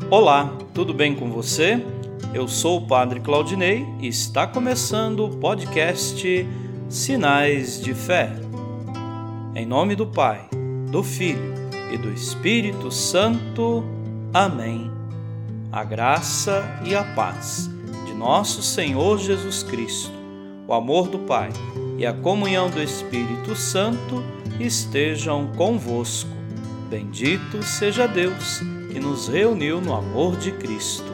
Olá, tudo bem com você? Eu sou o Padre Claudinei e está começando o podcast Sinais de Fé. Em nome do Pai, do Filho e do Espírito Santo. Amém. A graça e a paz de nosso Senhor Jesus Cristo, o amor do Pai e a comunhão do Espírito Santo estejam convosco. Bendito seja Deus que nos reuniu no amor de Cristo.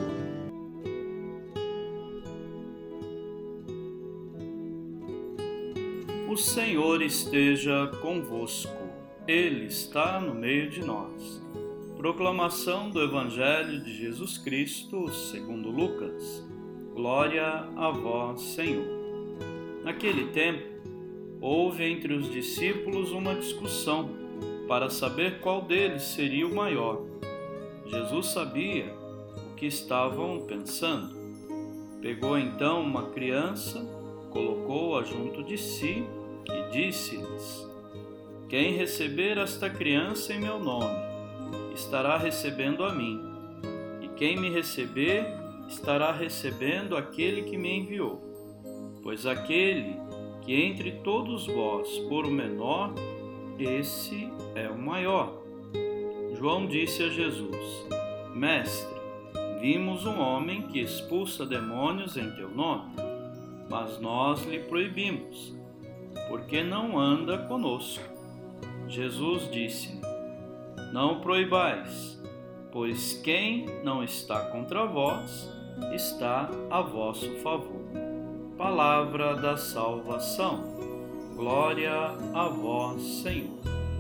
O Senhor esteja convosco. Ele está no meio de nós. Proclamação do Evangelho de Jesus Cristo, segundo Lucas. Glória a vós, Senhor. Naquele tempo, houve entre os discípulos uma discussão para saber qual deles seria o maior. Jesus sabia o que estavam pensando. Pegou então uma criança, colocou-a junto de si e disse-lhes: Quem receber esta criança em meu nome, estará recebendo a mim, e quem me receber, estará recebendo aquele que me enviou. Pois aquele que entre todos vós for o menor, esse é o maior. João disse a Jesus: Mestre, vimos um homem que expulsa demônios em teu nome, mas nós lhe proibimos, porque não anda conosco. Jesus disse-lhe: Não o proibais, pois quem não está contra vós, está a vosso favor. Palavra da salvação. Glória a vós, Senhor.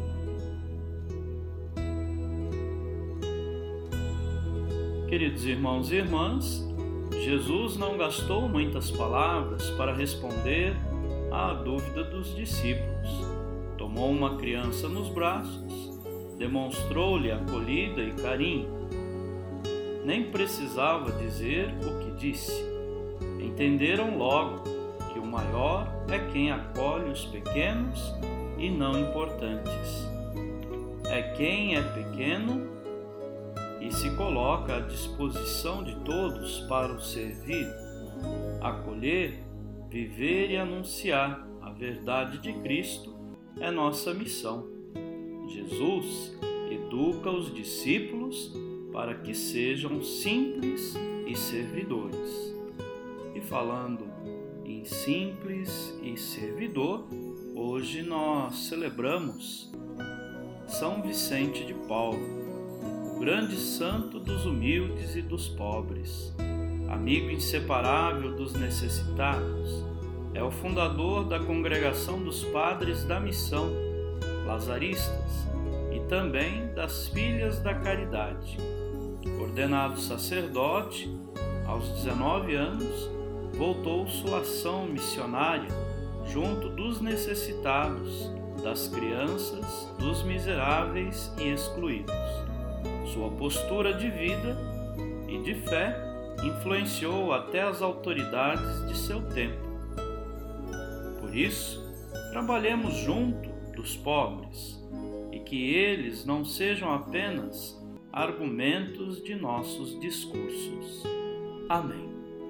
Queridos irmãos e irmãs, Jesus não gastou muitas palavras para responder à dúvida dos discípulos. Tomou uma criança nos braços, demonstrou-lhe acolhida e carinho. Nem precisava dizer o que disse. Entenderam logo que o maior é quem acolhe os pequenos e não importantes. É quem é pequeno e se coloca à disposição de todos para o servir, acolher, viver e anunciar a verdade de Cristo é nossa missão. Jesus educa os discípulos para que sejam simples e servidores. E falando em simples e servidor, hoje nós celebramos São Vicente de Paulo, o grande santo dos humildes e dos pobres, amigo inseparável dos necessitados. É o fundador da Congregação dos Padres da Missão, lazaristas, e também das Filhas da Caridade. Ordenado sacerdote, aos 19 anos, voltou sua ação missionária junto dos necessitados, das crianças, dos miseráveis e excluídos. Sua postura de vida e de fé influenciou até as autoridades de seu tempo. Por isso, trabalhemos junto dos pobres e que eles não sejam apenas argumentos de nossos discursos. Amém.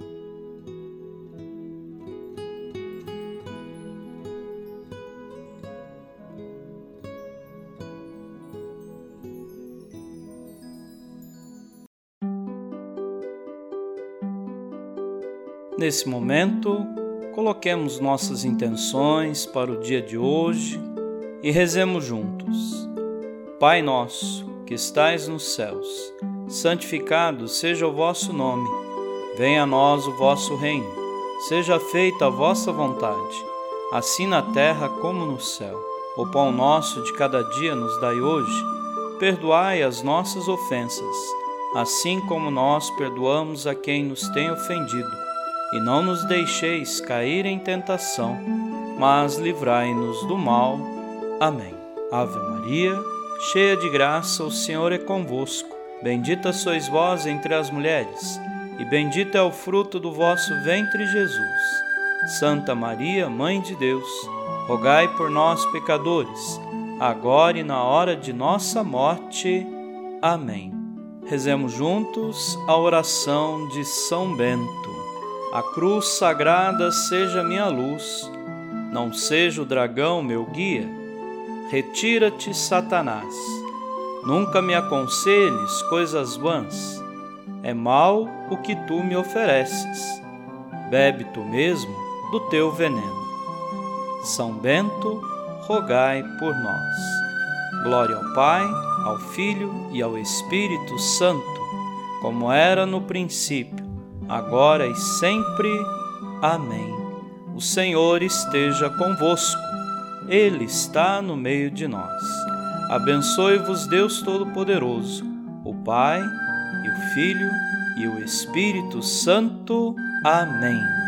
Nesse momento, coloquemos nossas intenções para o dia de hoje e rezemos juntos. Pai nosso, que estais nos céus, santificado seja o vosso nome. Venha a nós o vosso reino. Seja feita a vossa vontade, assim na terra como no céu. O pão nosso de cada dia nos dai hoje. Perdoai as nossas ofensas, assim como nós perdoamos a quem nos tem ofendido. E não nos deixeis cair em tentação, mas livrai-nos do mal. Amém. Ave Maria, cheia de graça, o Senhor é convosco. Bendita sois vós entre as mulheres, e bendito é o fruto do vosso ventre, Jesus. Santa Maria, Mãe de Deus, rogai por nós, pecadores, agora e na hora de nossa morte. Amém. Rezemos juntos a oração de São Bento. A cruz sagrada seja minha luz, não seja o dragão meu guia. Retira-te, Satanás, nunca me aconselhes coisas vãs. É mal o que tu me ofereces, bebe tu mesmo do teu veneno. São Bento, rogai por nós. Glória ao Pai, ao Filho e ao Espírito Santo, como era no princípio, agora e sempre. Amém. O Senhor esteja convosco, Ele está no meio de nós. Abençoe-vos Deus Todo-Poderoso, o Pai, e o Filho, e o Espírito Santo. Amém.